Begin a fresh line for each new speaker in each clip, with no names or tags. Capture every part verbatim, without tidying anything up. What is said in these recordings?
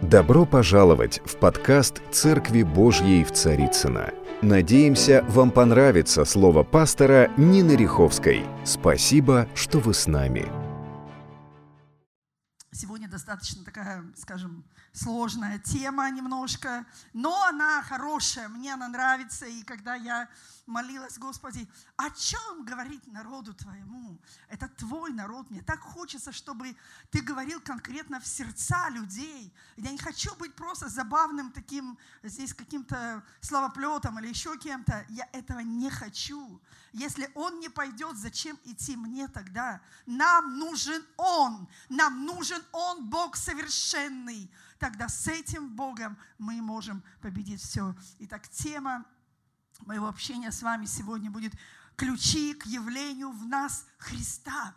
Добро пожаловать в подкаст Церкви Божьей в Царицыно. Надеемся, вам понравится слово пастора Нины Риховской. Спасибо, что вы с нами.
Сегодня достаточно такая, скажем, сложная тема немножко, но она хорошая, мне она нравится. И когда я молилась: Господи, о чем говорить народу Твоему? Это Твой народ. Мне так хочется, чтобы Ты говорил конкретно в сердца людей. Я не хочу быть просто забавным таким, здесь каким-то словоплетом или еще кем-то. Я этого не хочу. Если Он не пойдет, зачем идти мне тогда? Нам нужен Он. Нам нужен Он, Бог совершенный. Тогда с этим Богом мы можем победить все. Итак, тема моего общения с вами сегодня будет ключи к явлению в нас Христа.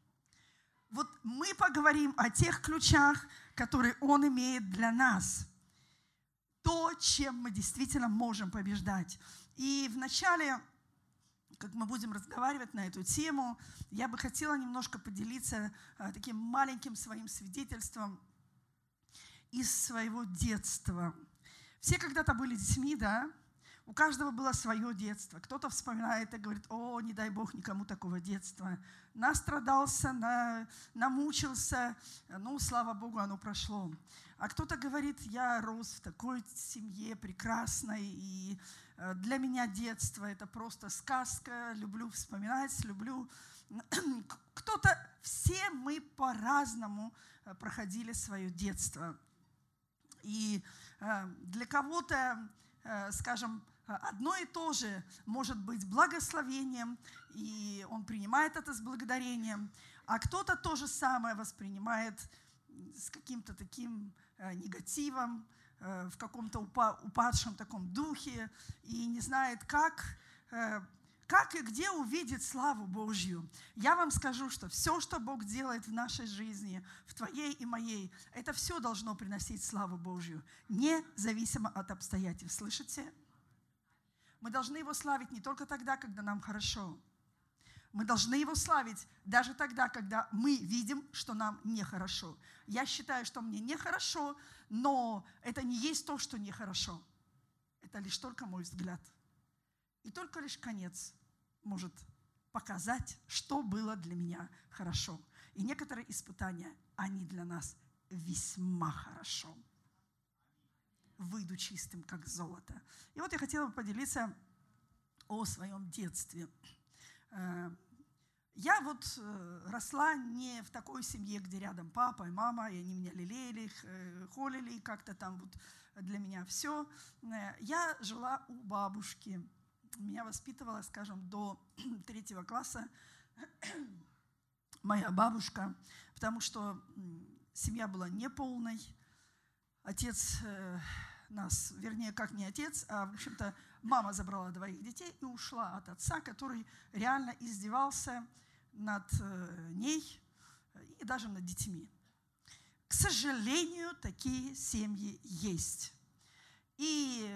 Вот мы поговорим о тех ключах, которые Он имеет для нас. То, чем мы действительно можем побеждать. И вначале, как мы будем разговаривать на эту тему, я бы хотела немножко поделиться а, таким маленьким своим свидетельством из своего детства. Все когда-то были детьми, да? У каждого было свое детство. Кто-то вспоминает и говорит: о, не дай Бог никому такого детства. Настрадался, на, намучился, ну, слава Богу, оно прошло. А кто-то говорит: я рос в такой семье прекрасной, и для меня детство – это просто сказка, люблю вспоминать, люблю. Кто-то, все мы по-разному проходили свое детство. И для кого-то, скажем, одно и то же может быть благословением, и он принимает это с благодарением, а кто-то то же самое воспринимает с каким-то таким негативом, в каком-то упадшем таком духе, и не знает, как, как и где увидеть славу Божью. Я вам скажу, что все, что Бог делает в нашей жизни, в твоей и моей, это все должно приносить славу Божью, независимо от обстоятельств. Слышите? Мы должны Его славить не только тогда, когда нам хорошо. Мы должны Его славить даже тогда, когда мы видим, что нам нехорошо. Я считаю, что мне нехорошо, но это не есть то, что нехорошо. Это лишь только мой взгляд. И только лишь конец может показать, что было для меня хорошо. И некоторые испытания, они для нас весьма хорошо. Выйду чистым, как золото. И вот я хотела бы поделиться о своем детстве. Я вот росла не в такой семье, где рядом папа и мама, и они меня лелеяли, холили, как-то там вот для меня все. Я жила у бабушки. Меня воспитывала, скажем, до третьего класса моя бабушка, потому что семья была неполной. Отец нас, вернее, как не отец, а, в общем-то, мама забрала двоих детей и ушла от отца, который реально издевался над ней и даже над детьми. К сожалению, такие семьи есть. И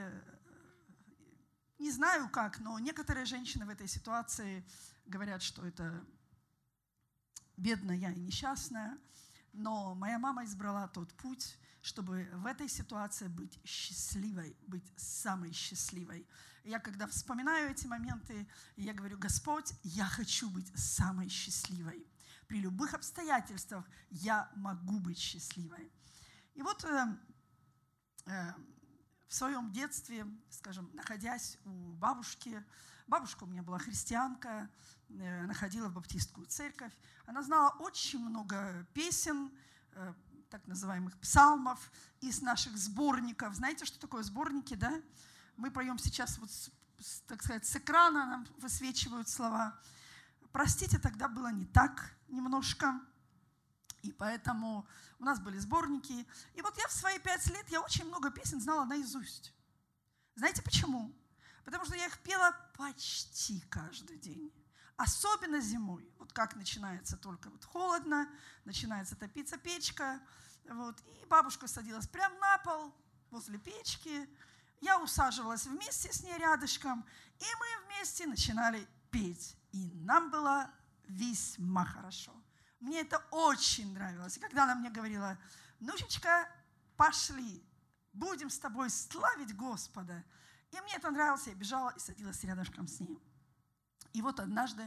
не знаю как, но некоторые женщины в этой ситуации говорят, что это бедная и несчастная. Но моя мама избрала тот путь, чтобы в этой ситуации быть счастливой, быть самой счастливой. И я когда вспоминаю эти моменты, я говорю: Господь, я хочу быть самой счастливой. При любых обстоятельствах я могу быть счастливой. И вот э, э, в своем детстве, скажем, находясь у бабушки, бабушка у меня была христианка, э, она ходила в баптистскую церковь, она знала очень много песен, э, так называемых псалмов, из наших сборников. Знаете, что такое сборники, да? Мы поем сейчас, вот, так сказать, с экрана нам высвечивают слова. Простите, тогда было не так немножко. И поэтому у нас были сборники. И вот я в свои пять лет, я очень много песен знала наизусть. Знаете почему? Потому что я их пела почти каждый день. Особенно зимой. Вот как начинается только вот холодно, начинается топиться печка. Вот, и бабушка садилась прямо на пол возле печки. Я усаживалась вместе с ней рядышком. И мы вместе начинали петь. И нам было весьма хорошо. Мне это очень нравилось. И когда она мне говорила: внучечка, пошли, будем с тобой славить Господа. И мне это нравилось, я бежала и садилась рядышком с ним. И вот однажды,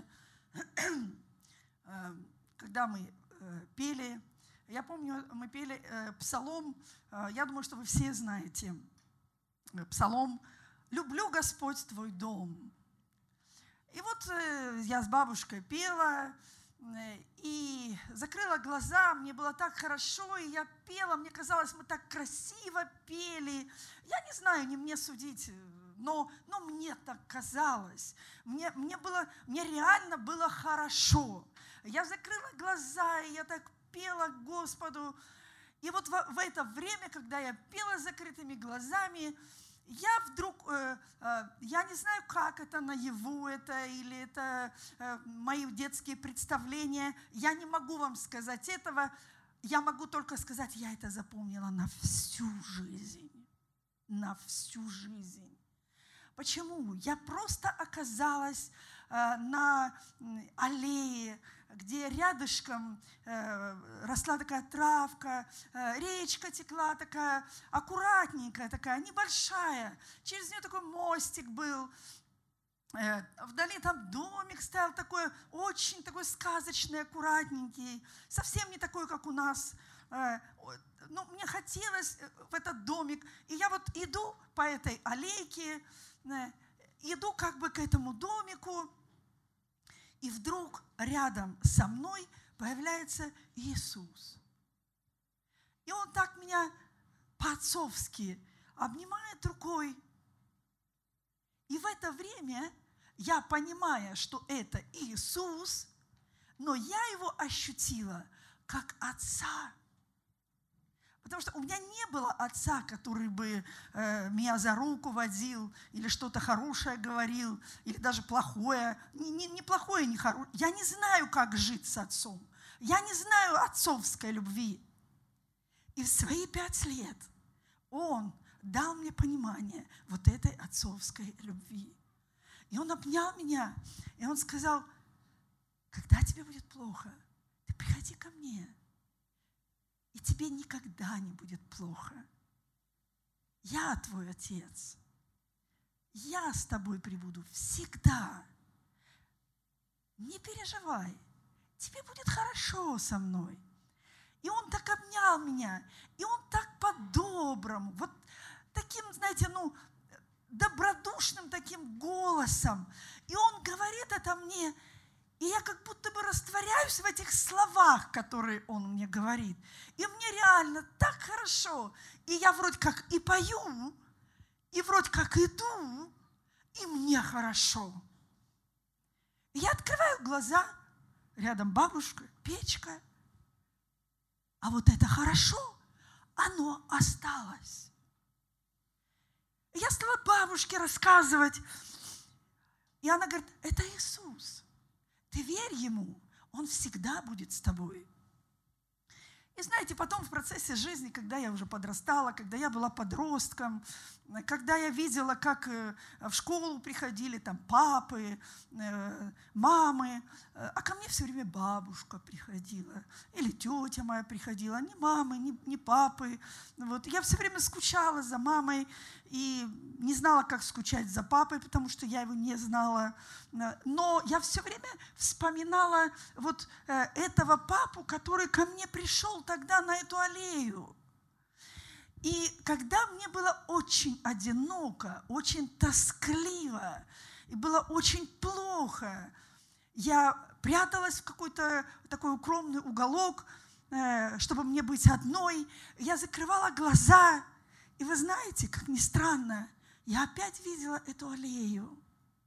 когда мы пели, я помню, мы пели псалом, я думаю, что вы все знаете, псалом «Люблю, Господь, твой дом». И вот я с бабушкой пела, и закрыла глаза, мне было так хорошо, и я пела, мне казалось, мы так красиво пели. Я не знаю, не мне судить, но, но мне так казалось. Мне, мне, было, мне реально было хорошо. Я закрыла глаза, и я так пела Господу. И вот в, в это время, когда я пела с закрытыми глазами, я вдруг, э, э, я не знаю, как это, наяву это, или это э, мои детские представления, я не могу вам сказать этого, я могу только сказать, я это запомнила на всю жизнь, на всю жизнь. Почему? Я просто оказалась э, на аллее, где рядышком э, росла такая травка, э, речка текла такая аккуратненькая, такая небольшая. Через нее такой мостик был. Э, вдали там домик стоял такой, очень такой сказочный, аккуратненький. Совсем не такой, как у нас. Э, ну, мне хотелось в этот домик. И я вот иду по этой аллейке, э, иду как бы к этому домику. И вдруг рядом со мной появляется Иисус. И Он так меня по-отцовски обнимает рукой. И в это время я, понимая, что это Иисус, но я Его ощутила как Отца. Потому что у меня не было отца, который бы э, меня за руку водил, или что-то хорошее говорил, или даже плохое. Не, не, не плохое, не хорошее. Я не знаю, как жить с отцом. Я не знаю отцовской любви. И в свои пять лет он дал мне понимание вот этой отцовской любви. И он обнял меня, и он сказал, когда тебе будет плохо, ты приходи ко мне. И тебе никогда не будет плохо. Я твой Отец. Я с тобой пребуду всегда. Не переживай. Тебе будет хорошо со мной. И он так обнял меня. И он так по-доброму. Вот таким, знаете, ну, добродушным таким голосом. И он говорит это мне. И я как будто бы растворяюсь в этих словах, которые он мне говорит. И мне реально так хорошо. И я вроде как и пою, и вроде как иду, и мне хорошо. И я открываю глаза, рядом бабушка, печка. А вот это хорошо, оно осталось. И я стала бабушке рассказывать. И она говорит, это Иисус. Ты верь Ему, Он всегда будет с тобой. И знаете, потом в процессе жизни, когда я уже подрастала, когда я была подростком, когда я видела, как в школу приходили там папы, мамы, а ко мне все время бабушка приходила, или тетя моя приходила, ни мамы, ни, ни папы. Вот. Я все время скучала за мамой и не знала, как скучать за папой, потому что я его не знала. Но я все время вспоминала вот этого папу, который ко мне пришел тогда на эту аллею. И когда мне было очень одиноко, очень тоскливо, и было очень плохо, я пряталась в какой-то такой укромный уголок, чтобы мне быть одной. Я закрывала глаза, и вы знаете, как ни странно, я опять видела эту аллею.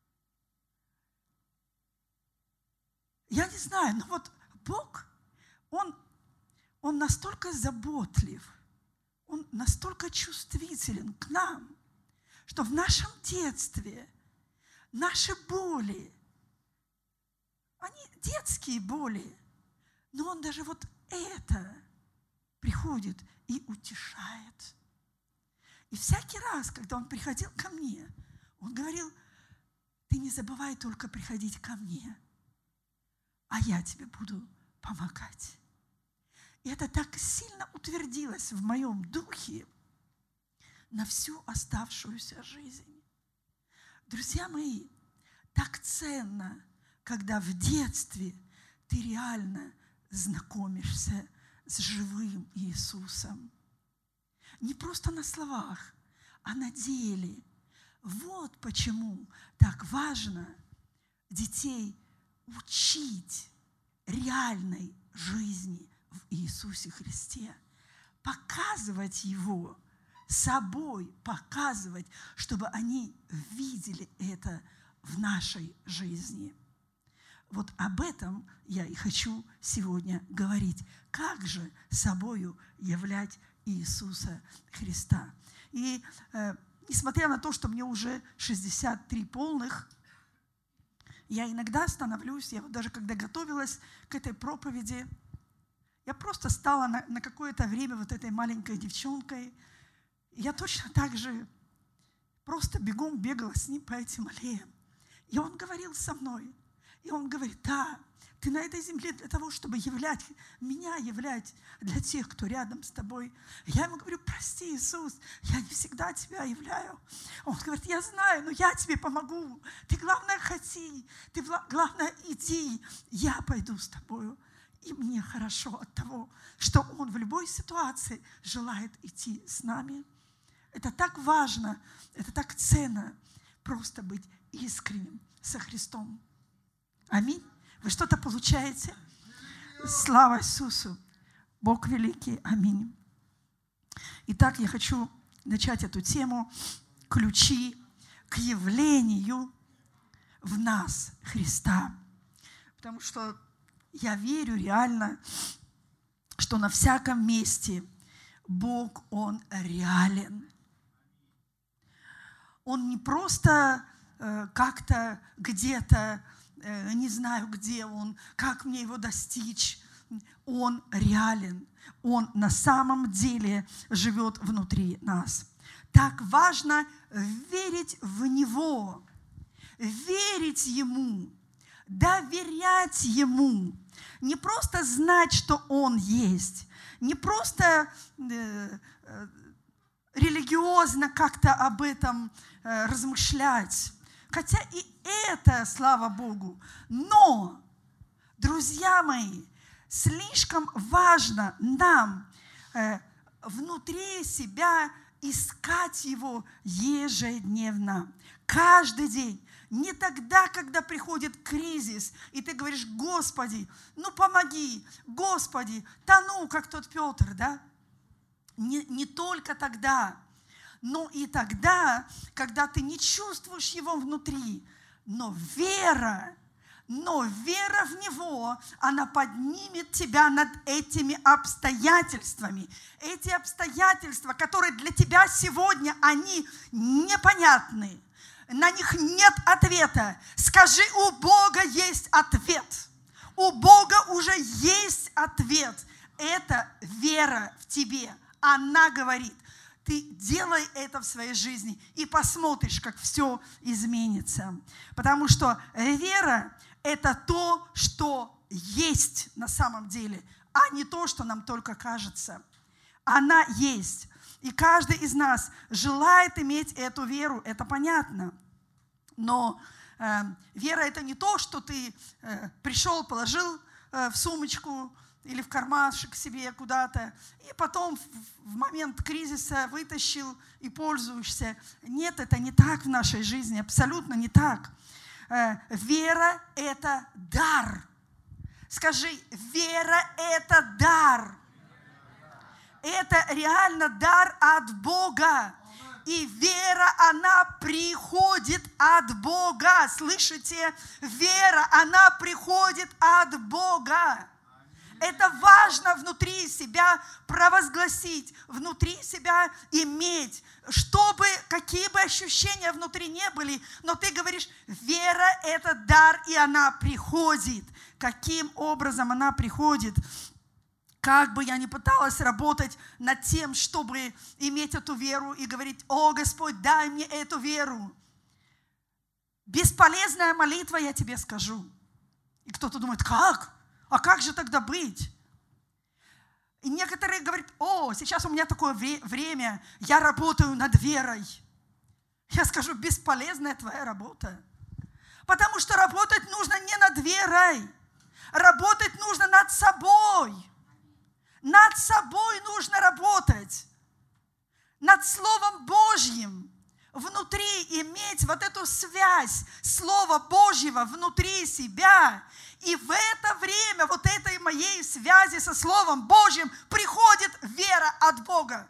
Я не знаю, но вот Бог, Он, Он настолько заботлив, Он настолько чувствителен к нам, что в нашем детстве наши боли, они детские боли, но Он даже вот это приходит и утешает. И всякий раз, когда Он приходил ко мне, Он говорил, ты не забывай только приходить ко мне, а я тебе буду помогать. И это так сильно утвердилось в моем духе на всю оставшуюся жизнь. Друзья мои, так ценно, когда в детстве ты реально знакомишься с живым Иисусом. Не просто на словах, а на деле. Вот почему так важно детей учить реальной жизни в Иисусе Христе. Показывать Его собой, показывать, чтобы они видели это в нашей жизни. Вот об этом я и хочу сегодня говорить. Как же собою являть Иисуса Христа? И э, несмотря на то, что мне уже шестьдесят три полных, я иногда становлюсь, я вот даже когда готовилась к этой проповеди, я просто стала на, на какое-то время вот этой маленькой девчонкой. И я точно так же просто бегом бегала с ним по этим аллеям. И он говорил со мной. И он говорит: да, ты на этой земле для того, чтобы являть, меня являть для тех, кто рядом с тобой. Я ему говорю: прости, Иисус, я не всегда тебя являю. Он говорит: я знаю, но я тебе помогу. Ты, главное, хоти, ты, главное, иди, я пойду с тобою. И мне хорошо от того, что он в любой ситуации желает идти с нами. Это так важно, это так ценно, просто быть искренним со Христом. Аминь. Вы что-то получаете? Слава Иисусу! Бог великий. Аминь. Итак, я хочу начать эту тему «Ключи к явлению в нас Христа». Потому что я верю реально, что на всяком месте Бог, Он реален. Он не просто э, как-то где-то, э, не знаю, где Он, как мне Его достичь. Он реален. Он на самом деле живет внутри нас. Так важно верить в Него, верить Ему, доверять Ему. Не просто знать, что Он есть, не просто э, э, религиозно как-то об этом э, размышлять. Хотя и это, слава Богу. Но, друзья мои, слишком важно нам э, внутри себя искать Его ежедневно, каждый день. Не тогда, когда приходит кризис, и ты говоришь: Господи, ну помоги, Господи, тону, как тот Петр, да? Не, не только тогда, но и тогда, когда ты не чувствуешь Его внутри, но вера, но вера в Него, она поднимет тебя над этими обстоятельствами. Эти обстоятельства, которые для тебя сегодня, они непонятны. На них нет ответа. Скажи: у Бога есть ответ. У Бога уже есть ответ. Это вера в тебе. Она говорит: ты делай это в своей жизни и посмотришь, как все изменится. Потому что вера – это то, что есть на самом деле, а не то, что нам только кажется. Она есть. И каждый из нас желает иметь эту веру, это понятно. Но э, вера – это не то, что ты э, пришел, положил э, в сумочку или в кармашек себе куда-то, и потом в, в момент кризиса вытащил и пользуешься. Нет, это не так в нашей жизни, абсолютно не так. Э, вера – это дар. Скажи: вера – это дар. Это реально дар от Бога. И вера, она приходит от Бога. Слышите? Вера, она приходит от Бога. Это важно внутри себя провозгласить, внутри себя иметь, чтобы какие бы ощущения внутри не были, но ты говоришь: вера – это дар, и она приходит. Каким образом она приходит? Как бы я ни пыталась работать над тем, чтобы иметь эту веру и говорить: о, Господь, дай мне эту веру. Бесполезная молитва, я тебе скажу. И кто-то думает: как? А как же тогда быть? И некоторые говорят: о, сейчас у меня такое вре- время, я работаю над верой. Я скажу: бесполезная твоя работа. Потому что работать нужно не над верой, работать нужно над собой. Над собой нужно работать. Над Словом Божьим. Внутри иметь вот эту связь Слова Божьего внутри себя. И в это время вот этой моей связи со Словом Божьим приходит вера от Бога.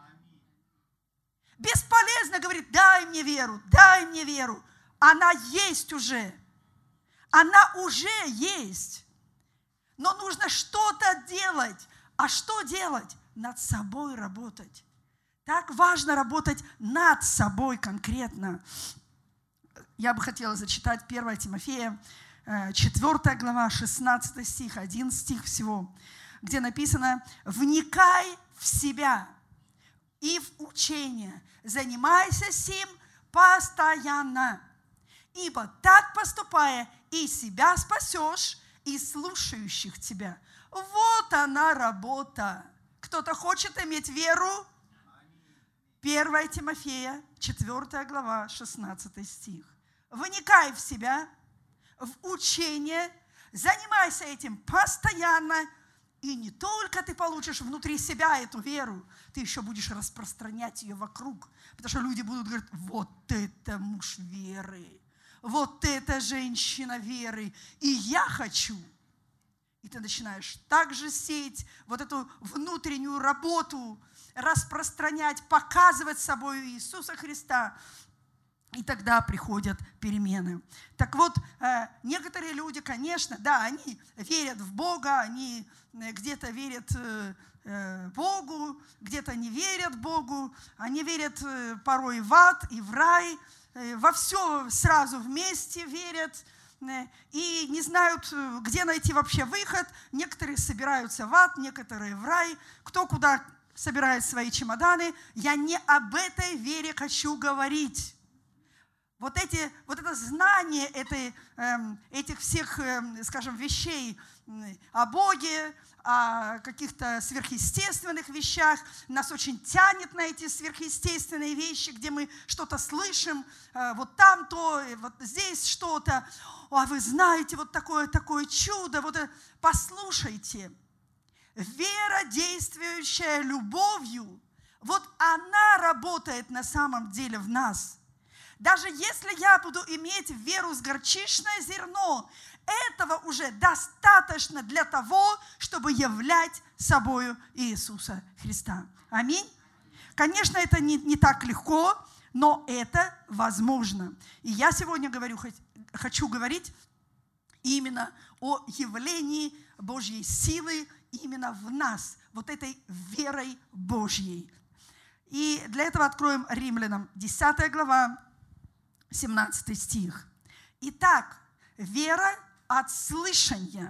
Бесполезно говорить: дай мне веру, дай мне веру. Она есть уже. Она уже есть. Но нужно что-то делать. А что делать? Над собой работать. Так важно работать над собой конкретно. Я бы хотела зачитать первое Тимофея, четвёртая глава, шестнадцатый стих, один стих всего, где написано: «Вникай в себя и в учение, занимайся сим постоянно, ибо так поступая и себя спасешь, и слушающих тебя». Вот она работа. Кто-то хочет иметь веру? первое Тимофея, четвёртая глава, шестнадцатый стих. «Вникай в себя, в учение, занимайся этим постоянно, и не только ты получишь внутри себя эту веру, ты еще будешь распространять ее вокруг, потому что люди будут говорить: вот это муж веры, вот это женщина веры, и я хочу». И ты начинаешь также сеять вот эту внутреннюю работу, распространять, показывать собой Иисуса Христа. И тогда приходят перемены. Так вот, некоторые люди, конечно, да, они верят в Бога, они где-то верят Богу, где-то не верят Богу, они верят порой в ад и в рай, во все сразу вместе верят, и не знают, где найти вообще выход. Некоторые собираются в ад, некоторые в рай, кто куда собирает свои чемоданы. Я не об этой вере хочу говорить. Вот, эти, вот это знание этой, эм, этих всех, эм, скажем, вещей о Боге, о каких-то сверхъестественных вещах, нас очень тянет на эти сверхъестественные вещи, где мы что-то слышим, э, вот там то, вот здесь что-то. А вы знаете, вот такое, такое чудо. Вот, послушайте, вера, действующая любовью, вот она работает на самом деле в нас. Даже если я буду иметь веру с горчичное зерно, этого уже достаточно для того, чтобы являть собою Иисуса Христа. Аминь. Конечно, это не, не так легко, но это возможно. И я сегодня говорю, хочу говорить именно о явлении Божьей силы именно в нас, вот этой верой Божьей. И для этого откроем Римлянам десятая глава, семнадцатый стих. «Итак, вера от слышания,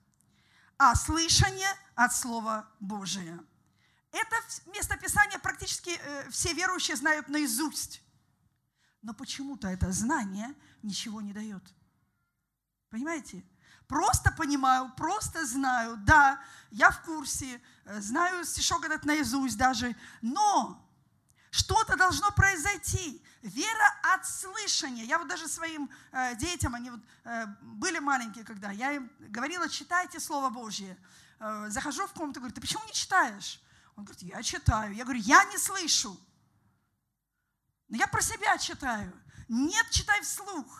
а слышание от Слова Божия». Это местописание практически все верующие знают наизусть. Но почему-то это знание ничего не дает. Понимаете? Просто понимаю, просто знаю, да, я в курсе, знаю стишок этот наизусть даже, но что-то должно произойти. Вера от слышания. Я вот даже своим э, детям, они вот, э, были маленькие, когда я им говорила: читайте Слово Божье. Э, захожу в комнату, говорю: ты почему не читаешь? Он говорит: я читаю. Я говорю: я не слышу. Но я про себя читаю. Нет, читай вслух.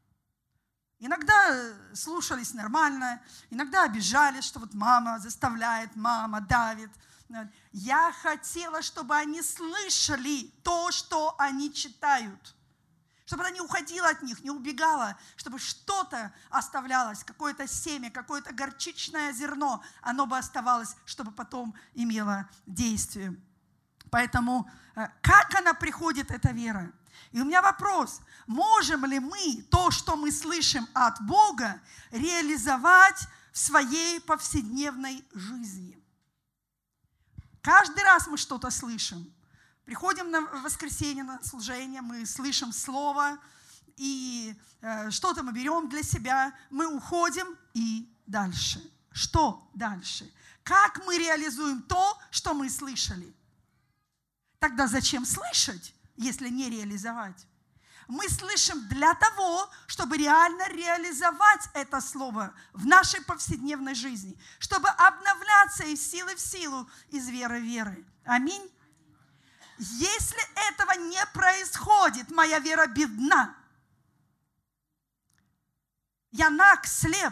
Иногда слушались нормально, иногда обижались, что вот мама заставляет, мама давит. Я хотела, чтобы они слышали то, что они читают. Чтобы она не уходила от них, не убегала, чтобы что-то оставлялось, какое-то семя, какое-то горчичное зерно, оно бы оставалось, чтобы потом имело действие. Поэтому как она приходит, эта вера? И у меня вопрос: можем ли мы то, что мы слышим от Бога, реализовать в своей повседневной жизни? Каждый раз мы что-то слышим. Приходим на воскресенье на служение, мы слышим Слово, и э, что-то мы берем для себя, мы уходим и дальше. Что дальше? Как мы реализуем то, что мы слышали? Тогда зачем слышать, если не реализовать? Мы слышим для того, чтобы реально реализовать это слово в нашей повседневной жизни, чтобы обновляться из силы в силу, из веры в веры. Аминь. Если этого не происходит, моя вера бедна. Я наг, слеп.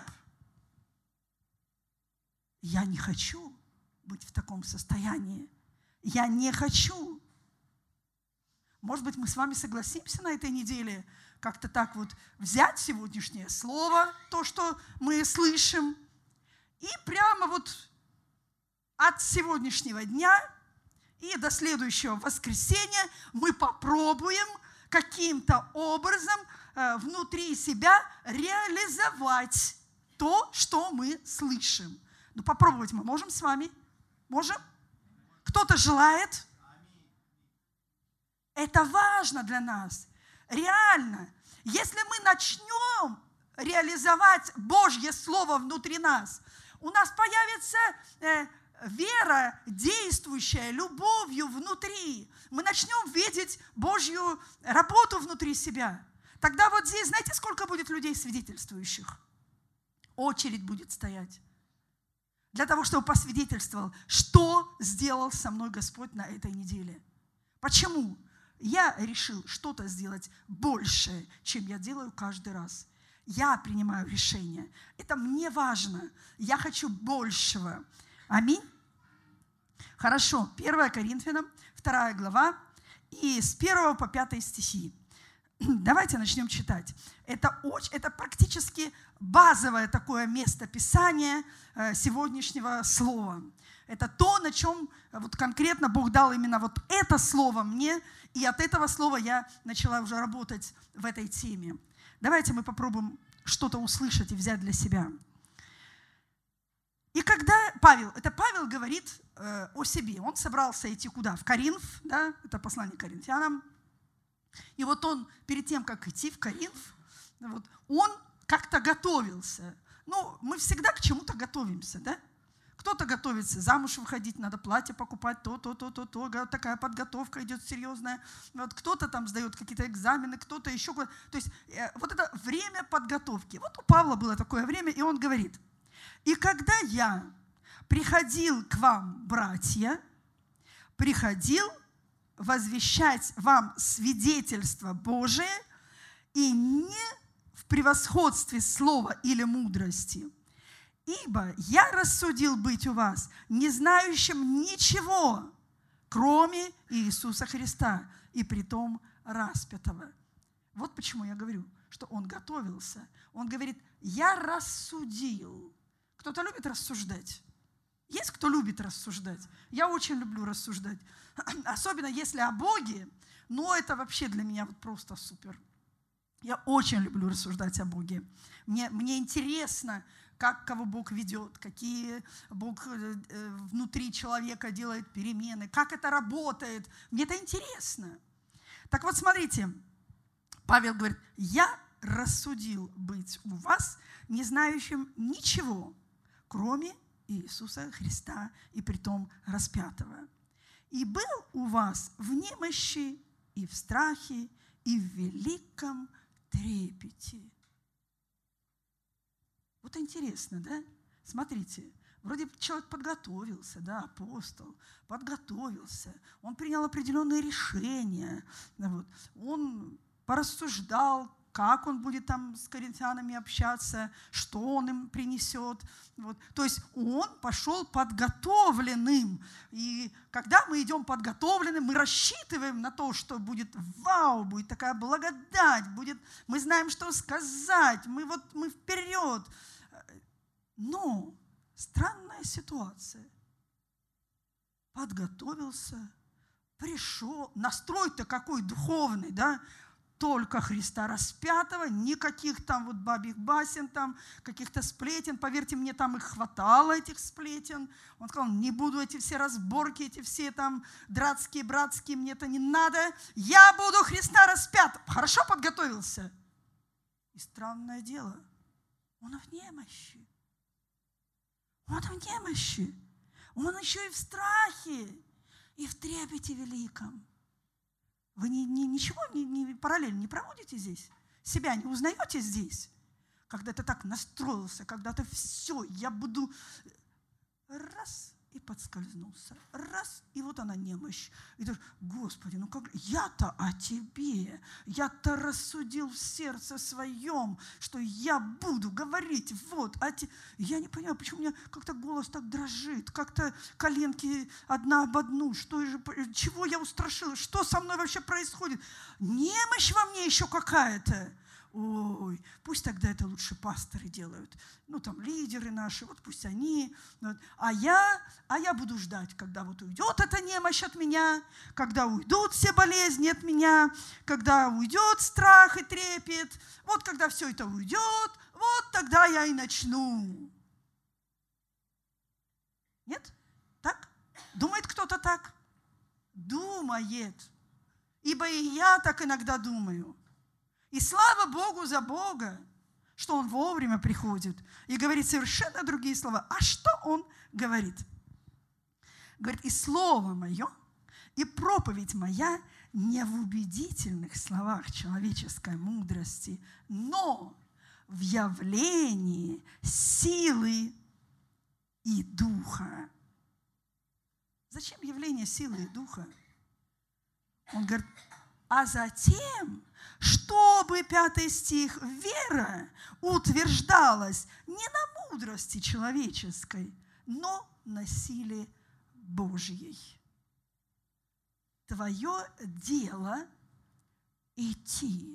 Я не хочу быть в таком состоянии. Я не хочу. Может быть, мы с вами согласимся на этой неделе как-то так вот взять сегодняшнее слово, то, что мы слышим, и прямо вот от сегодняшнего дня и до следующего воскресенья мы попробуем каким-то образом э, внутри себя реализовать то, что мы слышим. Ну, попробовать мы можем с вами? Можем? Кто-то желает? Это важно для нас. Реально. Если мы начнем реализовать Божье Слово внутри нас, у нас появится э, вера, действующая любовью внутри. Мы начнем видеть Божью работу внутри себя. Тогда вот здесь, знаете, сколько будет людей свидетельствующих? Очередь будет стоять. Для того, чтобы посвидетельствовал, что сделал со мной Господь на этой неделе. Почему? Я решил что-то сделать большее, чем я делаю каждый раз. Я принимаю решение. Это мне важно. Я хочу большего. Аминь. Хорошо. первое Коринфянам, вторая глава, и с первого по пятый стихи. Давайте начнем читать. Это, очень, это практически базовое такое место Писания сегодняшнего слова. Это то, на чем вот конкретно Бог дал именно вот это слово мне, и от этого слова я начала уже работать в этой теме. Давайте мы попробуем что-то услышать и взять для себя. И когда Павел, это Павел говорит э, о себе, он собрался идти куда? В Коринф, да, это послание к Коринфянам. И вот он перед тем, как идти в Коринф, вот, он как-то готовился. Ну, мы всегда к чему-то готовимся, да? Кто-то готовится замуж выходить, надо платье покупать, то, то, то, то, то. Такая подготовка идет серьезная. Вот кто-то там сдает какие-то экзамены, кто-то еще куда-то. То есть вот это время подготовки. Вот у Павла было такое время, и он говорит: «И когда я приходил к вам, братья, приходил возвещать вам свидетельство Божие, и не в превосходстве слова или мудрости. Ибо я рассудил быть у вас не знающим ничего, кроме Иисуса Христа, и притом распятого». Вот почему я говорю, что он готовился. Он говорит: я рассудил. Кто-то любит рассуждать? Есть кто любит рассуждать? Я очень люблю рассуждать. Особенно если о Боге, но это вообще для меня вот просто супер. Я очень люблю рассуждать о Боге. Мне, мне интересно, как кого Бог ведет, какие Бог внутри человека делает перемены, как это работает. Мне это интересно. Так вот, смотрите, Павел говорит: я рассудил быть у вас не знающим ничего, кроме Иисуса Христа, и притом распятого. И был у вас в немощи, и в страхе, и в великом трепете. Вот интересно, да? Смотрите, вроде человек подготовился, да, апостол, подготовился, он принял определенные решения, вот, он порассуждал, как он будет там с коринфянами общаться, что он им принесет. Вот. То есть он пошел подготовленным. И когда мы идем подготовленным, мы рассчитываем на то, что будет вау, будет такая благодать, будет, мы знаем, что сказать, мы, вот, мы вперед. Но странная ситуация. Подготовился, пришел, настрой-то какой духовный, да? Только Христа распятого, никаких там вот бабьих басен, там каких-то сплетен. Поверьте мне, там их хватало, этих сплетен. Он сказал: не буду эти все разборки, эти все там дратские, братские, мне это не надо. Я буду Христа распятого. Хорошо подготовился. И странное дело, он в немощи. Он в немощи. Он еще и в страхе, и в трепете великом. Вы ни, ни, ничего не, не, параллельно не проводите здесь? Себя не узнаете здесь? Когда ты так настроился, когда ты все, я буду... Раз, и подскользнулся. Раз, и вот она немощь. И ты, Господи, ну как... Я-то о тебе. Я-то рассудил в сердце своем, что я буду говорить вот о тебе. Я не понимаю, почему у меня как-то голос так дрожит, как-то коленки одна об одну. Что же, чего я устрашилась? Что со мной вообще происходит? Немощь во мне еще какая-то. Ой, пусть тогда это лучше пасторы делают. Ну, там, лидеры наши, вот пусть они. Вот. А я, а я буду ждать, когда вот уйдет эта немощь от меня, когда уйдут все болезни от меня, когда уйдет страх и трепет. Вот когда все это уйдет, вот тогда я и начну. Нет? Так? Думает кто-то так? Думает. Ибо и я так иногда думаю. И слава Богу за Бога, что Он вовремя приходит и говорит совершенно другие слова. А что Он говорит? Говорит, и слово мое, и проповедь моя не в убедительных словах человеческой мудрости, но в явлении силы и духа. Зачем явление силы и духа? Он говорит, а затем, чтобы, пятый стих, вера утверждалась не на мудрости человеческой, но на силе Божьей. Твое дело идти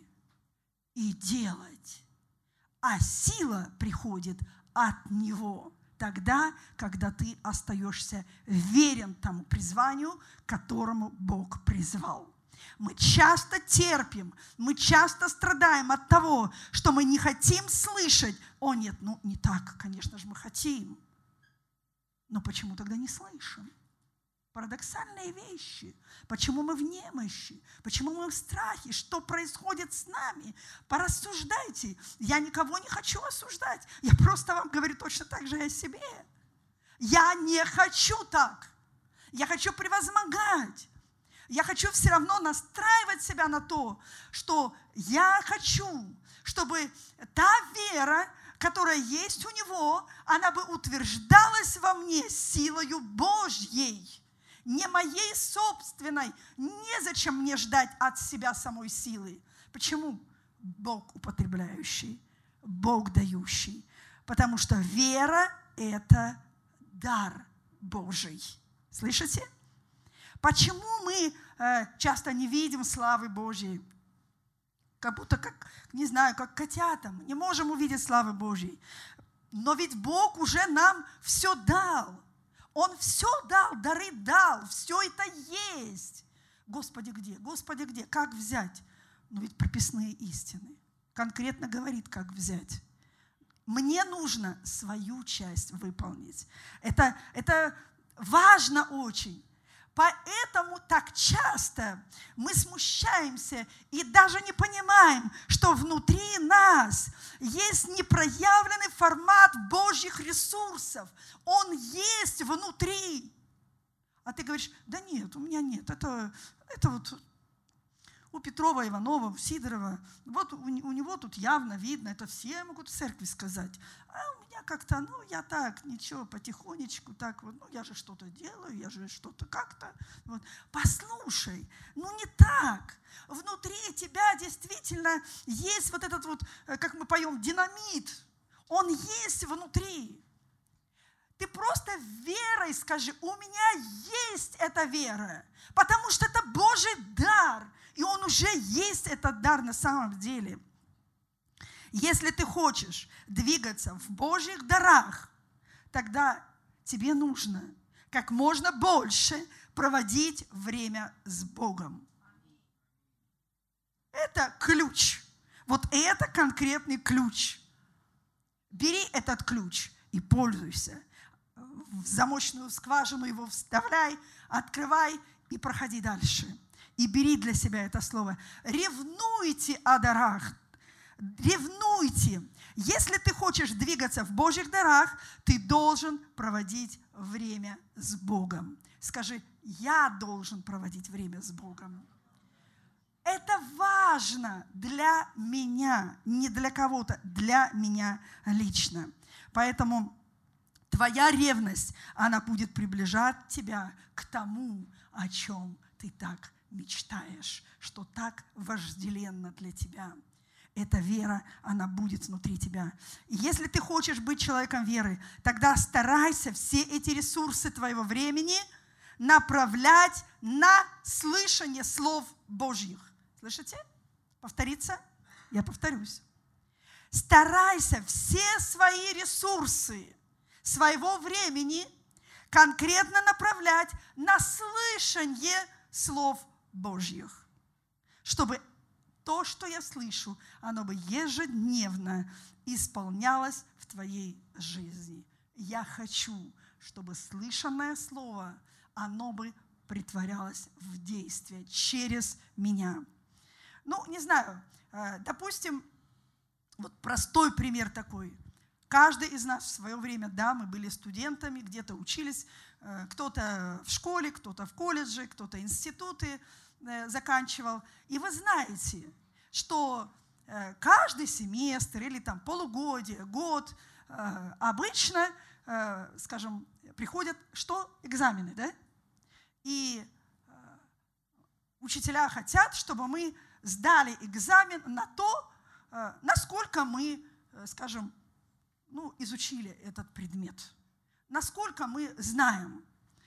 и делать, а сила приходит от Него тогда, когда ты остаешься верен тому призванию, к которому Бог призвал. Мы часто терпим, мы часто страдаем от того, что мы не хотим слышать. О нет, ну не так, конечно же, мы хотим. Но почему тогда не слышим? Парадоксальные вещи. Почему мы в немощи? Почему мы в страхе? Что происходит с нами? Порассуждайте. Я никого не хочу осуждать. Я просто вам говорю точно так же о себе. Я не хочу так. Я хочу превозмогать. Я хочу все равно настраивать себя на то, что я хочу, чтобы та вера, которая есть у него, она бы утверждалась во мне силою Божьей, не моей собственной. Незачем мне ждать от себя самой силы. Почему? Бог употребляющий, Бог дающий. Потому что вера – это дар Божий. Слышите? Почему мы э, часто не видим славы Божьей? Как будто, как, не знаю, как котята. Мы не можем увидеть славы Божьей. Но ведь Бог уже нам все дал. Он все дал, дары дал. Все это есть. Господи, где? Господи, где? Как взять? Ну ведь прописные истины. Конкретно говорит, как взять. Мне нужно свою часть выполнить. Это, это важно очень. Поэтому так часто мы смущаемся и даже не понимаем, что внутри нас есть непроявленный формат Божьих ресурсов. Он есть внутри. А ты говоришь, да нет, у меня нет. Это, это вот у Петрова, Иванова, у Сидорова. Вот у, у него тут явно видно, это все могут в церкви сказать. А у меня как-то, ну, я так, ничего, потихонечку, так вот, ну, я же что-то делаю, я же что-то как-то. Вот. Послушай, ну, не так. Внутри тебя действительно есть вот этот вот, как мы поем, динамит. Он есть внутри. Ты просто верой скажи, у меня есть эта вера, потому что это Божий дар, и он уже есть этот дар на самом деле. Если ты хочешь двигаться в Божьих дарах, тогда тебе нужно как можно больше проводить время с Богом. Это ключ. Вот это конкретный ключ. Бери этот ключ и пользуйся. В замочную скважину его вставляй, открывай и проходи дальше. И бери для себя это слово. Ревнуйте о дарах. ревнуйте. Если ты хочешь двигаться в Божьих дарах, ты должен проводить время с Богом. Скажи, я должен проводить время с Богом. Это важно для меня, не для кого-то, для меня лично. Поэтому твоя ревность, она будет приближать тебя к тому, о чем ты так мечтаешь, что так вожделенно для тебя. Эта вера, она будет внутри тебя. И если ты хочешь быть человеком веры, тогда старайся все эти ресурсы твоего времени направлять на слышание слов Божьих. Слышите? Повториться? Я повторюсь. Старайся все свои ресурсы своего времени конкретно направлять на слышание слов Божьих, чтобы то, что я слышу, оно бы ежедневно исполнялось в твоей жизни. Я хочу, чтобы слышанное слово, оно бы притворялось в действие через меня. Ну, не знаю, допустим, вот простой пример такой. Каждый из нас в свое время, да, мы были студентами, где-то учились, кто-то в школе, кто-то в колледже, кто-то институты заканчивал. И вы знаете, что каждый семестр или там полугодие, год обычно, скажем, приходят что? Экзамены, да? И учителя хотят, чтобы мы сдали экзамен на то, насколько мы, скажем, ну, изучили этот предмет, насколько мы знаем.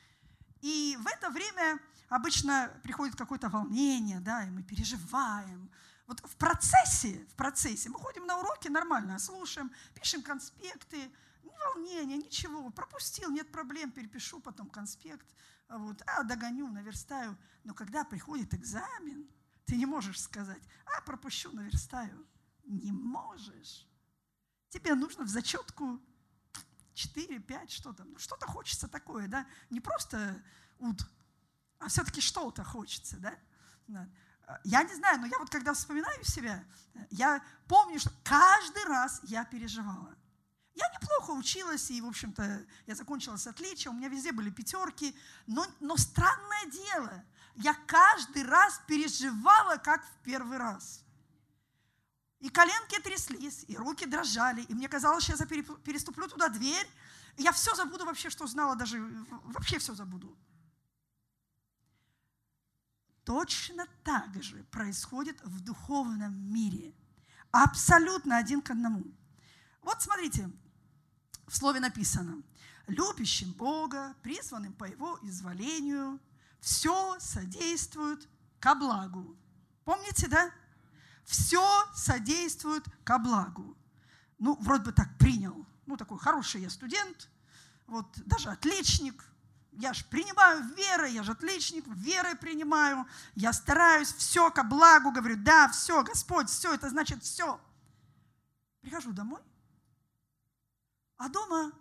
И в это время обычно приходит какое-то волнение, да, и мы переживаем. Вот в процессе, в процессе мы ходим на уроки нормально, слушаем, пишем конспекты, ни волнения, ничего, пропустил, нет проблем, перепишу потом конспект, вот, а догоню, наверстаю. Но когда приходит экзамен, ты не можешь сказать, а пропущу, наверстаю. Не можешь. Тебе нужно в зачетку четыре, пять, что там. Ну, что-то хочется такое, да? Не просто уд, а все-таки что-то хочется, да? Я не знаю, но я вот когда вспоминаю себя, я помню, что каждый раз я переживала. Я неплохо училась, и, в общем-то, я закончила с отличием, у меня везде были пятерки, но, но странное дело, я каждый раз переживала, как в первый раз. И коленки тряслись, и руки дрожали, и мне казалось, что я переступлю туда дверь, и я все забуду вообще, что знала, даже вообще все забуду. Точно так же происходит в духовном мире. Абсолютно один к одному. Вот смотрите, в слове написано: любящим Бога, призванным по Его изволению, все содействует ко благу. Помните, да? Все содействует ко благу. Ну, вроде бы так принял. Ну, такой хороший я студент, вот даже отличник. Я же принимаю верой, я же отличник, верой принимаю. Я стараюсь, все ко благу, говорю, да, все, Господь, все, это значит все. Прихожу домой, а дома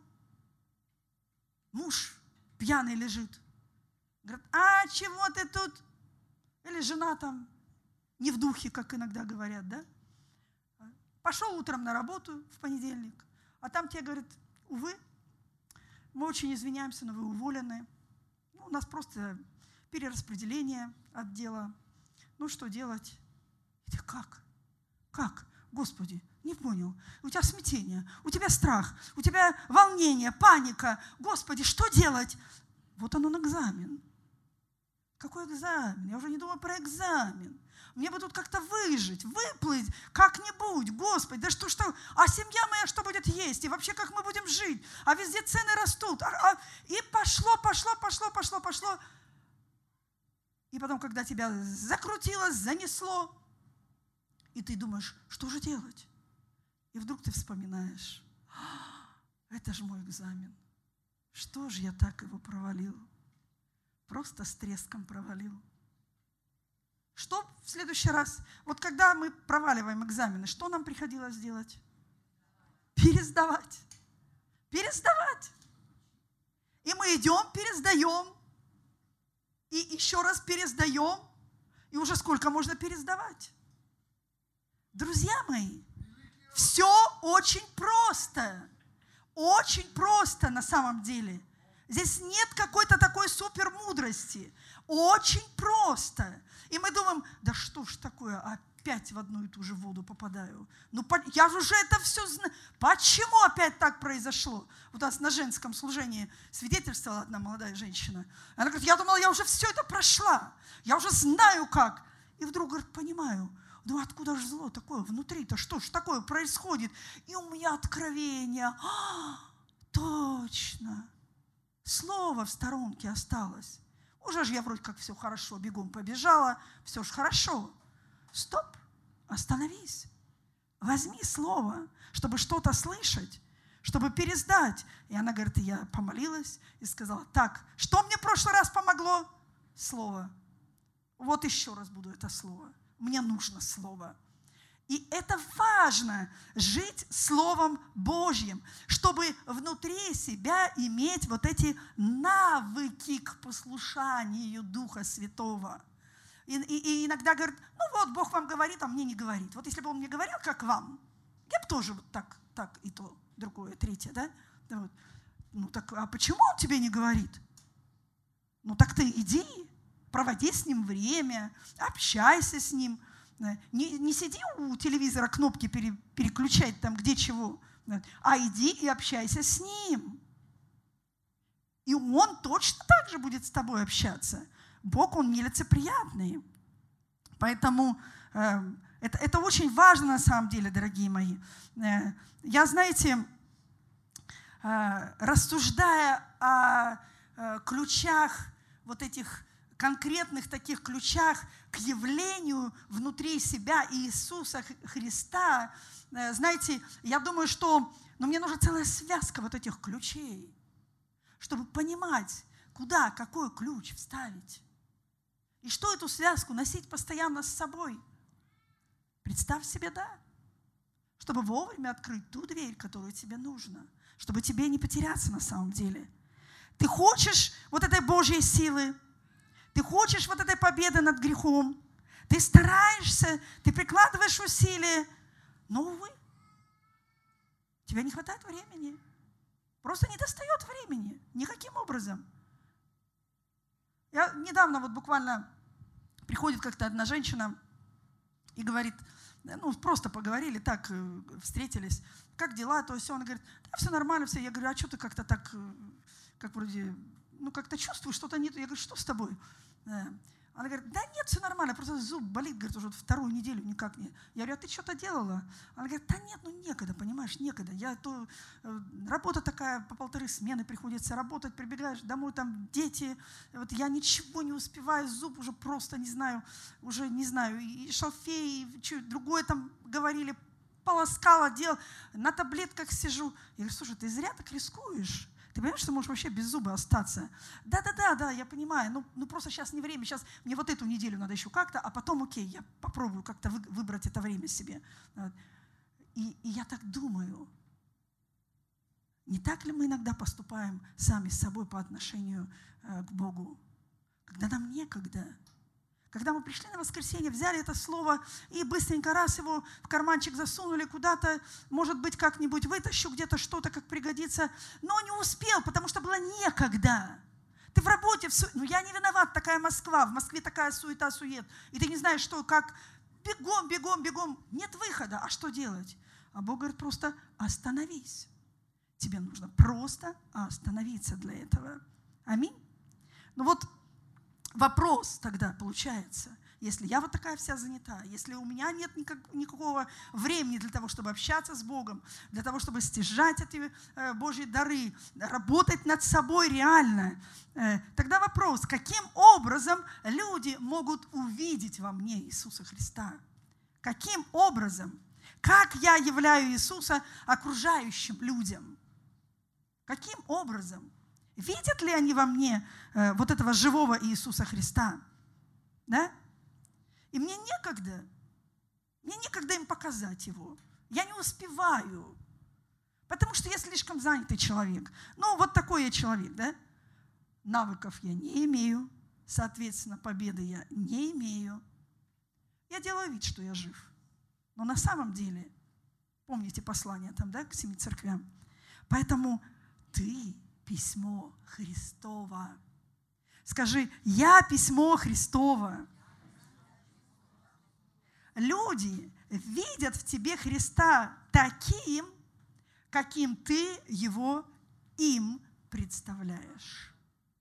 муж пьяный лежит. Говорит, а чего ты тут? Или жена там не в духе, как иногда говорят, да? Пошел утром на работу в понедельник, а там тебе говорят, увы, мы очень извиняемся, но вы уволены. Ну, у нас просто перераспределение отдела. Ну, что делать? И ты как? Как? Господи, не понял. У тебя смятение, у тебя страх, у тебя волнение, паника. Господи, что делать? Вот он, он экзамен. Какой экзамен? Я уже не думаю про экзамен. Мне бы тут как-то выжить, выплыть как-нибудь. Господи, да что, что? А семья моя что будет есть? И вообще, как мы будем жить? А везде цены растут. А, а, и пошло, пошло, пошло, пошло, пошло. И потом, когда тебя закрутило, занесло, и ты думаешь, что же делать? И вдруг ты вспоминаешь, это же мой экзамен. Что же я так его провалил? Просто с треском провалил. Что в следующий раз? Вот когда мы проваливаем экзамены, что нам приходилось делать? Пересдавать. Пересдавать. И мы идем, пересдаем. И еще раз пересдаем. И уже сколько можно пересдавать? Друзья мои, Все очень просто. Очень просто на самом деле. Здесь нет какой-то такой супермудрости. Очень просто. И мы думаем, да что ж такое, опять в одну и ту же воду попадаю. Ну, я уже это все знаю. Почему опять так произошло? Вот у нас на женском служении свидетельствовала одна молодая женщина. Она говорит, я думала, я уже все это прошла. Я уже знаю как. И вдруг, говорит, понимаю. Ну, откуда же зло такое внутри-то? Что ж такое происходит? И у меня откровение. А, точно. Слово в сторонке осталось. Уже же я вроде как все хорошо, бегом побежала. Все ж хорошо. Стоп, остановись. Возьми слово, чтобы что-то слышать, чтобы пересдать. И она говорит, я помолилась и сказала, так, что мне в прошлый раз помогло? Слово. Вот еще раз буду это слово. Мне нужно слово. И это важно, жить Словом Божьим, чтобы внутри себя иметь вот эти навыки к послушанию Духа Святого. И, и, и иногда говорят, ну вот Бог вам говорит, а мне не говорит. Вот если бы Он мне говорил, как вам, я бы тоже вот так, так и то, другое, третье, да? Вот. Ну так, а почему Он тебе не говорит? Ну так ты иди, проводи с Ним время, общайся с Ним. Не, не сиди у телевизора кнопки пере, переключать там где чего, а иди и общайся с Ним. И Он точно так же будет с тобой общаться. Бог, Он нелицеприятный. Поэтому э, это, это очень важно на самом деле, дорогие мои. Э, я, знаете, э, рассуждая о э, ключах, вот этих конкретных таких ключах к явлению внутри себя Иисуса Христа, э, знаете, я думаю, что ну, мне нужна целая связка вот этих ключей, чтобы понимать, куда, какой ключ вставить. И что эту связку носить постоянно с собой? Представь себе, да. Чтобы вовремя открыть ту дверь, которую тебе нужно. Чтобы тебе не потеряться на самом деле. Ты хочешь вот этой Божьей силы? Ты хочешь вот этой победы над грехом? Ты стараешься, ты прикладываешь усилия. Но, увы, тебе не хватает времени. Просто не достает времени. Никаким образом. Я недавно вот буквально приходит как-то одна женщина и говорит, ну просто поговорили, так встретились, как дела, то есть он говорит, да, все нормально, все. Я говорю, а что ты как-то так, как вроде, ну как-то чувствуешь, что-то нет. Я говорю, что с тобой? Она говорит, да нет, все нормально, просто зуб болит, говорит, уже вторую неделю никак не. Я говорю, а ты что-то делала? Она говорит, да нет, ну некогда, понимаешь, некогда. Я то, работа такая, по полторы смены приходится работать, прибегаешь домой, там дети, вот я ничего не успеваю, зуб уже просто не знаю, уже не знаю, и шалфей, и что, другое там говорили, полоскала, делал, на таблетках сижу. Я говорю, слушай, ты зря так рискуешь. Ты понимаешь, что можешь вообще без зуба остаться? Да-да-да, да, я понимаю. Ну, ну просто сейчас не время. Сейчас мне вот эту неделю надо еще как-то, а потом, окей, я попробую как-то вы, выбрать это время себе. И, и я так думаю, не так ли мы иногда поступаем сами с собой по отношению э, к Богу? Когда нам некогда. Когда мы пришли на воскресенье, взяли это слово и быстренько раз его в карманчик засунули куда-то, может быть, как-нибудь вытащу где-то что-то, как пригодится, но не успел, потому что было некогда. Ты в работе, в су... ну я не виноват, такая Москва, в Москве такая суета-сует, и ты не знаешь, что, как, бегом, бегом, бегом, нет выхода, а что делать? А Бог говорит, просто остановись. Тебе нужно просто остановиться для этого. Аминь. Ну вот, вопрос тогда получается, если я вот такая вся занята, если у меня нет никак, никакого времени для того, чтобы общаться с Богом, для того, чтобы стяжать эти э, Божьи дары, работать над собой реально, э, тогда вопрос, каким образом люди могут увидеть во мне Иисуса Христа? Каким образом? Как я являю Иисуса окружающим людям? Каким образом? Видят ли они во мне э, вот этого живого Иисуса Христа? Да? И мне некогда. Мне некогда им показать Его. Я не успеваю. Потому что я слишком занятый человек. Ну, вот такой я человек, да? Навыков я не имею. Соответственно, победы я не имею. Я делаю вид, что я жив. Но на самом деле Помните послание там, да, к семи церквям? Поэтому ты письмо Христово. Скажи, я письмо Христово. Люди видят в тебе Христа таким, каким ты его им представляешь.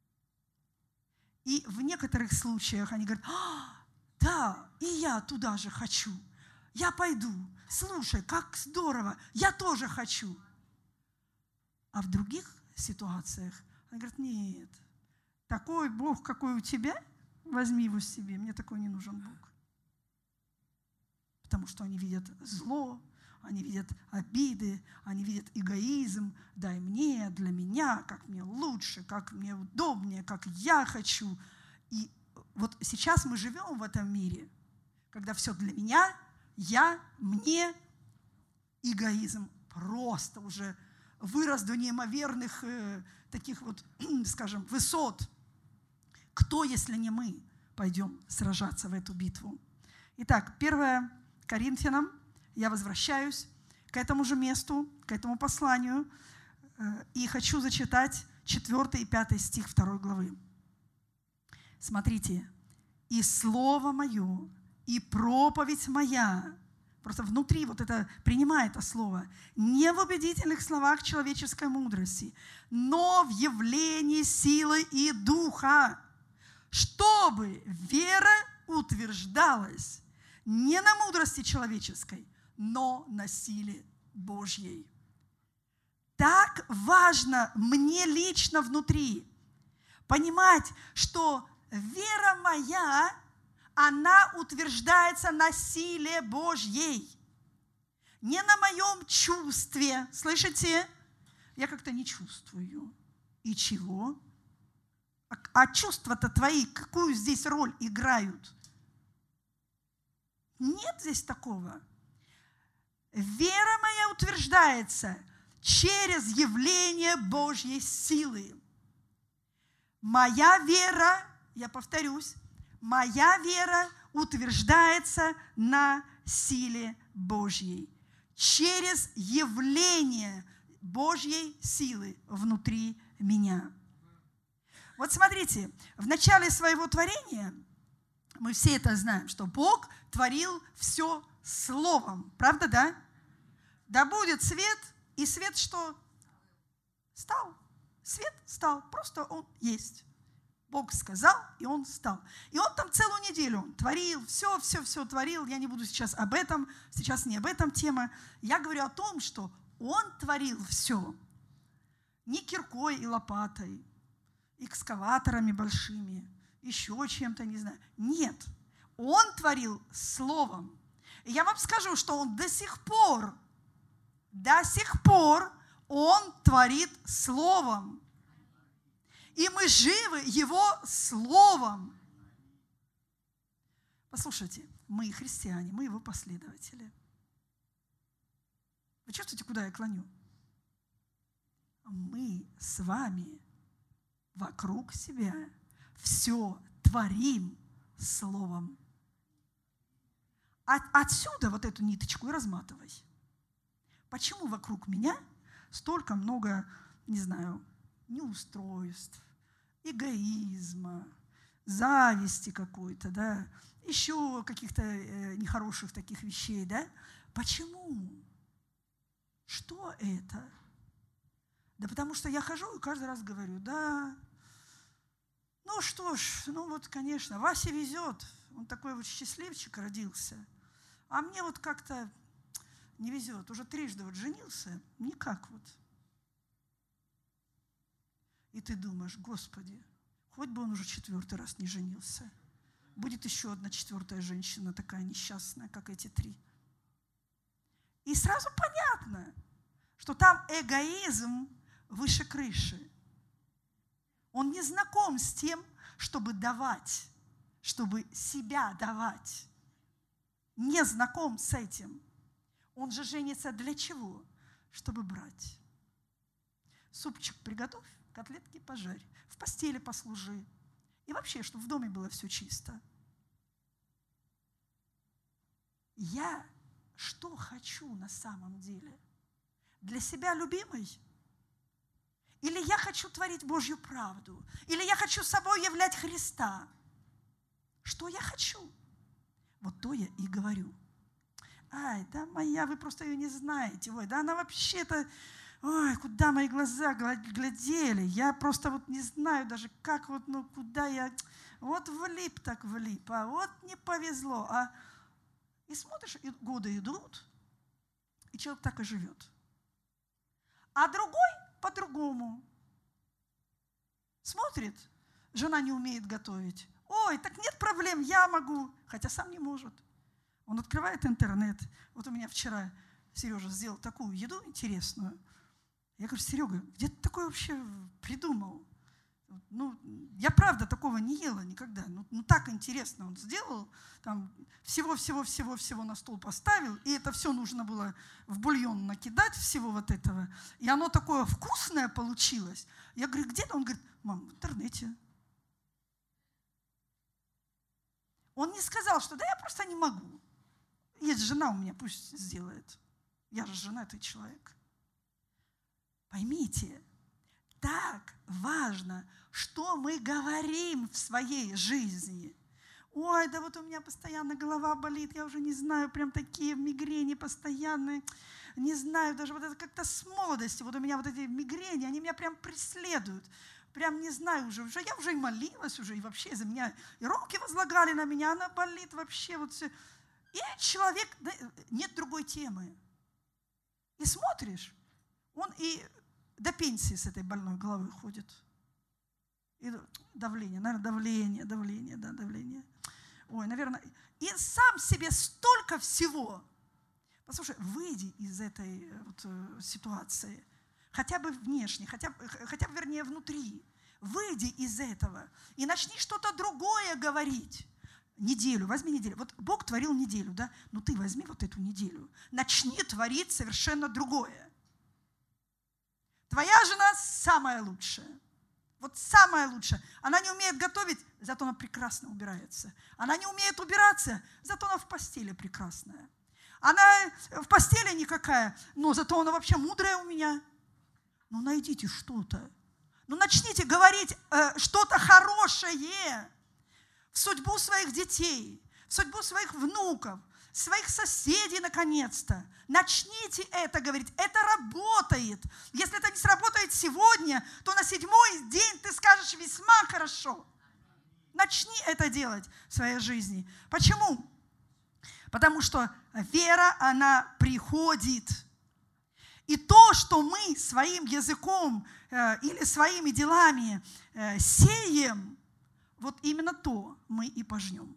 И в некоторых случаях они говорят, а, да, и я туда же хочу. Я пойду. Слушай, как здорово, я тоже хочу. А в других ситуациях они говорят, нет, такой Бог, какой у тебя, возьми его себе, мне такой не нужен Бог. Потому что они видят зло, они видят обиды, они видят эгоизм. Дай мне, для меня, как мне лучше, как мне удобнее, как я хочу. И вот сейчас мы живем в этом мире, когда все для меня, я, мне, эгоизм просто уже вырос до неимоверных э, таких вот, скажем, высот. Кто, если не мы, пойдем сражаться в эту битву? Итак, первое Коринфянам, я возвращаюсь к этому же месту, к этому посланию, э, и хочу зачитать четвёртый и пятый стих второй главы. Смотрите. «И слово мое, и проповедь моя», просто внутри вот это, принимай это слово, «не в убедительных словах человеческой мудрости, но в явлении силы и духа, чтобы вера утверждалась не на мудрости человеческой, но на силе Божьей». Так важно мне лично внутри понимать, что вера моя, она утверждается на силе Божьей. Не на моем чувстве. Слышите? Я как-то не чувствую. И чего? А, а чувства-то твои какую здесь роль играют? Нет здесь такого. Вера моя утверждается через явление Божьей силы. Моя вера, я повторюсь, моя вера утверждается на силе Божьей. Через явление Божьей силы внутри меня. Вот смотрите, в начале своего творения, мы все это знаем, что Бог творил все словом. Правда, да? Да будет свет, и свет что? Стал. Свет стал. Просто он есть. Бог сказал, и он стал. И он там целую неделю творил, все, все, все творил. Я не буду сейчас об этом, сейчас не об этом тема. Я говорю о том, что он творил все. Не киркой и лопатой, экскаваторами большими, еще чем-то, не знаю. Нет. Он творил словом. И я вам скажу, что он до сих пор, до сих пор он творит словом. И мы живы Его Словом. Послушайте, мы христиане, мы Его последователи. Вы чувствуете, куда я клоню? Мы с вами вокруг себя все творим Словом. От, отсюда вот эту ниточку и разматывай. Почему вокруг меня столько много, не знаю, неустройств, эгоизма, зависти какой-то, да, еще каких-то э, нехороших таких вещей, да? Почему? Что это? Да потому что я хожу и каждый раз говорю, да, ну что ж, ну вот, конечно, Васе везет, он такой вот счастливчик родился, а мне вот как-то не везет, уже трижды вот женился, никак вот. И ты думаешь, Господи, хоть бы он уже четвертый раз не женился. Будет еще одна четвертая женщина такая несчастная, как эти три. И сразу понятно, что там эгоизм выше крыши. Он не знаком с тем, чтобы давать, чтобы себя давать. Не знаком с этим. Он же женится для чего? Чтобы брать. Супчик приготовь, котлетки пожарь, в постели послужи. И вообще, чтобы в доме было все чисто. Я что хочу на самом деле? Для себя любимой? Или я хочу творить Божью правду? Или я хочу собой являть Христа? Что я хочу? Вот то я и говорю. Ай, да моя, вы просто ее не знаете. Ой, да она вообще-то, ой, куда мои глаза глядели. Я просто вот не знаю даже, как вот, ну, куда я, вот влип так влип, а вот не повезло. А... И смотришь, и годы идут, и человек так и живет. А другой по-другому. Смотрит, жена не умеет готовить. Ой, так нет проблем, я могу, хотя сам не может. Он открывает интернет. Вот у меня вчера Сережа сделал такую еду интересную. Я говорю: Серега, где ты такое вообще придумал? Ну, я правда такого не ела никогда. Ну, ну так интересно он сделал. Там всего-всего-всего-всего на стол поставил. И это все нужно было в бульон накидать, всего вот этого. И оно такое вкусное получилось. Я говорю: где-то? Он говорит: мам, в интернете. Он не сказал, что да я просто не могу. Есть жена у меня, пусть сделает. Я же женатый человек. Поймите, так важно, что мы говорим в своей жизни. Ой, да вот у меня постоянно голова болит, я уже не знаю, прям такие мигрени постоянные. Не знаю, даже вот это как-то с молодости. Вот у меня вот эти мигрени, они меня прям преследуют. Прям не знаю уже, уже я уже и молилась, уже и вообще за меня, и руки возлагали на меня, она болит вообще. Вот все. И человек, да, нет другой темы. И смотришь, он и до пенсии с этой больной головой ходит. И давление, наверное, давление, давление, да, давление. Ой, наверное, и сам себе столько всего. Послушай, выйди из этой вот ситуации. Хотя бы внешне, хотя, хотя бы, вернее, внутри. Выйди из этого и начни что-то другое говорить. Неделю, возьми неделю. Вот Бог творил неделю, да? Ну ты возьми вот эту неделю. Начни творить совершенно другое. Твоя жена самая лучшая. Вот самая лучшая. Она не умеет готовить, зато она прекрасно убирается. Она не умеет убираться, зато она в постели прекрасная. Она в постели никакая, но зато она вообще мудрая у меня. Ну, найдите что-то. Ну, начните говорить э, что-то хорошее в судьбу своих детей, в судьбу своих внуков, своих соседей, наконец-то. Начните это говорить. Это работает. Если это не сработает сегодня, то на седьмой день ты скажешь: весьма хорошо. Начни это делать в своей жизни. Почему? Потому что вера, она приходит. И то, что мы своим языком э, или своими делами э, сеем, вот именно то мы и пожнем.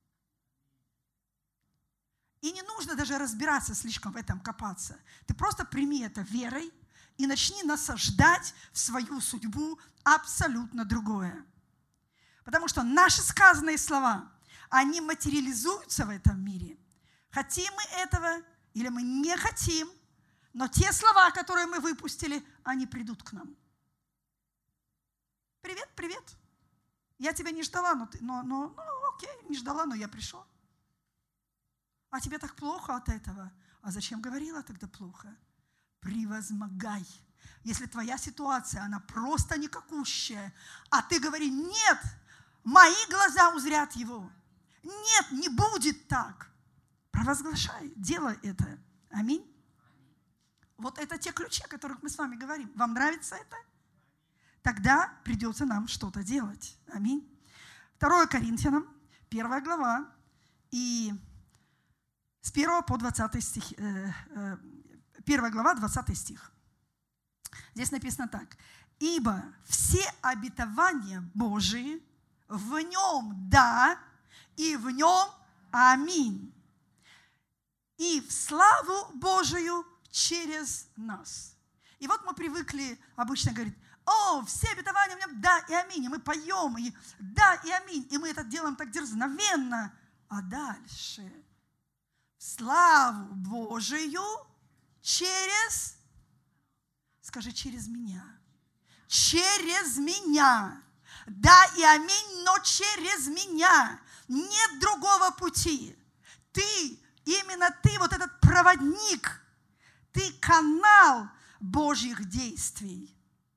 И не нужно даже разбираться слишком в этом, копаться. Ты просто прими это верой и начни насаждать в свою судьбу абсолютно другое. Потому что наши сказанные слова, они материализуются в этом мире. Хотим мы этого или мы не хотим, но те слова, которые мы выпустили, они придут к нам. Привет, привет. Я тебя не ждала, но, ты, но, но ну, окей, не ждала, но я пришел. А тебе так плохо от этого. А зачем говорила тогда плохо? Превозмогай. Если твоя ситуация, она просто никакущая, а ты говори: нет, мои глаза узрят его. Нет, не будет так. Провозглашай, делай это. Аминь. Вот это те ключи, о которых мы с вами говорим. Вам нравится это? Тогда придется нам что-то делать. Аминь. второе Коринфянам, первая глава, и с первого по двадцатый стих. первая глава, двадцатый стих. Здесь написано так. «Ибо все обетования Божии в нем да, и в нем аминь. И в славу Божию через нас». И вот мы привыкли обычно говорить: о, все обетования в нем да и аминь. И мы поем, и да и аминь. И мы это делаем так дерзновенно. А дальше: в славу Божию через, скажи, через меня. Через меня. Да и аминь, но через меня. Нет другого пути. Ты, именно ты, вот этот проводник, ты канал Божьих действий.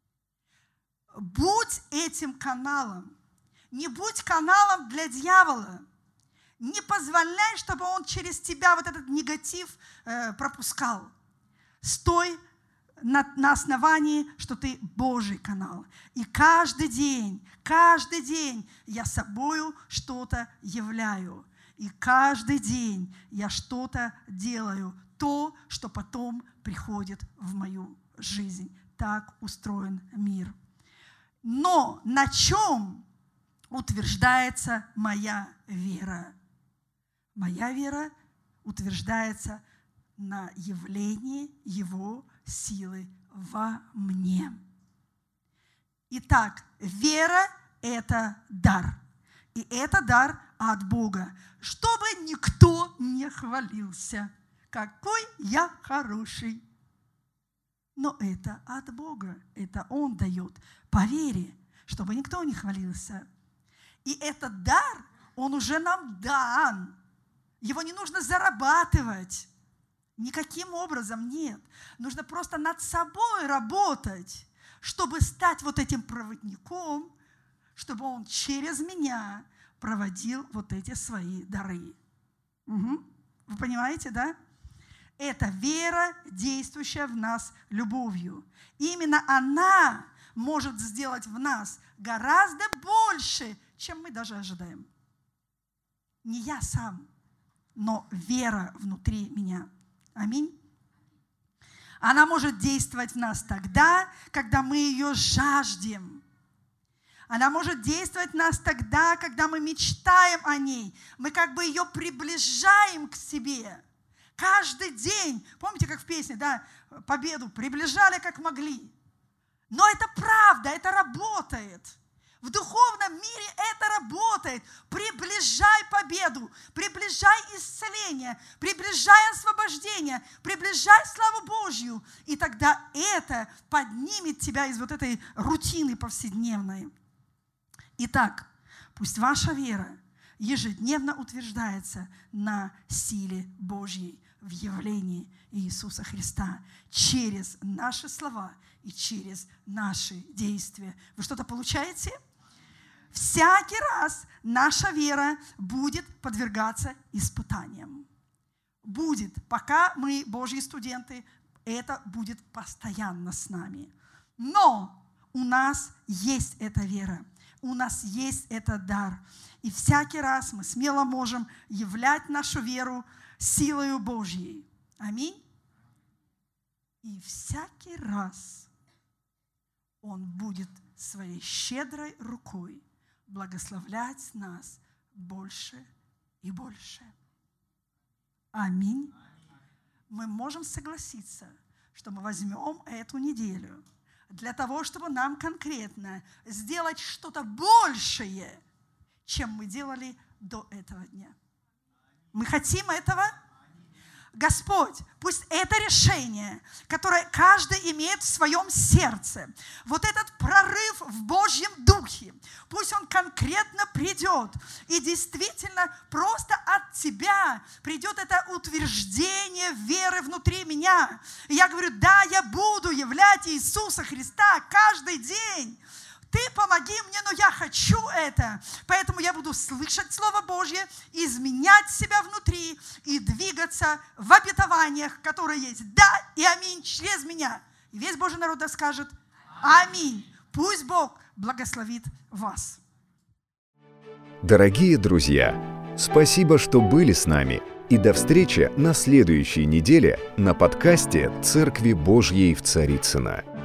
Будь этим каналом. Не будь каналом для дьявола. Не позволяй, чтобы он через тебя вот этот негатив э, пропускал. Стой на, на основании, что ты Божий канал. И каждый день, каждый день я собою что-то являю. И каждый день я что-то делаю. То, что потом приходит в мою жизнь. Так устроен мир. Но на чем утверждается моя вера? Моя вера утверждается на явлении Его силы во мне. Итак, вера – это дар. И это дар от Бога, чтобы никто не хвалился. Какой я хороший. Но это от Бога. Это Он дает по вере, чтобы никто не хвалился. И этот дар, он уже нам дан. Его не нужно зарабатывать. Никаким образом нет. Нужно просто над собой работать, чтобы стать вот этим проводником, чтобы он через меня проводил вот эти свои дары. Угу. Вы понимаете, да? Это вера, действующая в нас любовью. И именно она может сделать в нас гораздо больше, чем мы даже ожидаем. Не я сам, но вера внутри меня. Аминь. Она может действовать в нас тогда, когда мы ее жаждем. Она может действовать в нас тогда, когда мы мечтаем о ней. Мы как бы ее приближаем к себе. Каждый день. Помните, как в песне, да, победу приближали, как могли. Но это правда, это работает. В духовном мире это работает. Приближай победу, приближай исцеление, приближай освобождение, приближай славу Божью. И тогда это поднимет тебя из вот этой рутины повседневной. Итак, пусть ваша вера ежедневно утверждается на силе Божьей в явлении Иисуса Христа через наши слова и через наши действия. Вы что-то получаете? Всякий раз наша вера будет подвергаться испытаниям. Будет, пока мы, Божьи студенты, это будет постоянно с нами. Но у нас есть эта вера, у нас есть этот дар. И всякий раз мы смело можем являть нашу веру силою Божьей. Аминь. И всякий раз Он будет своей щедрой рукой благословлять нас больше и больше. Аминь. Мы можем согласиться, что мы возьмем эту неделю для того, чтобы нам конкретно сделать что-то большее, чем мы делали до этого дня. Мы хотим этого? Господь, пусть это решение, которое каждый имеет в своем сердце, вот этот прорыв в Божьем Духе, пусть он конкретно придет, и действительно просто от Тебя придет это утверждение веры внутри меня. И я говорю, да, я буду являть Иисуса Христа каждый день. Ты помоги мне, но я хочу это. Поэтому я буду слышать Слово Божье, изменять себя внутри и двигаться в обетованиях, которые есть. Да и аминь через меня. И весь Божий народ да скажет аминь. Пусть Бог благословит вас.
Дорогие друзья, спасибо, что были с нами. И до встречи на следующей неделе на подкасте «Церкви Божьей в Царицыно».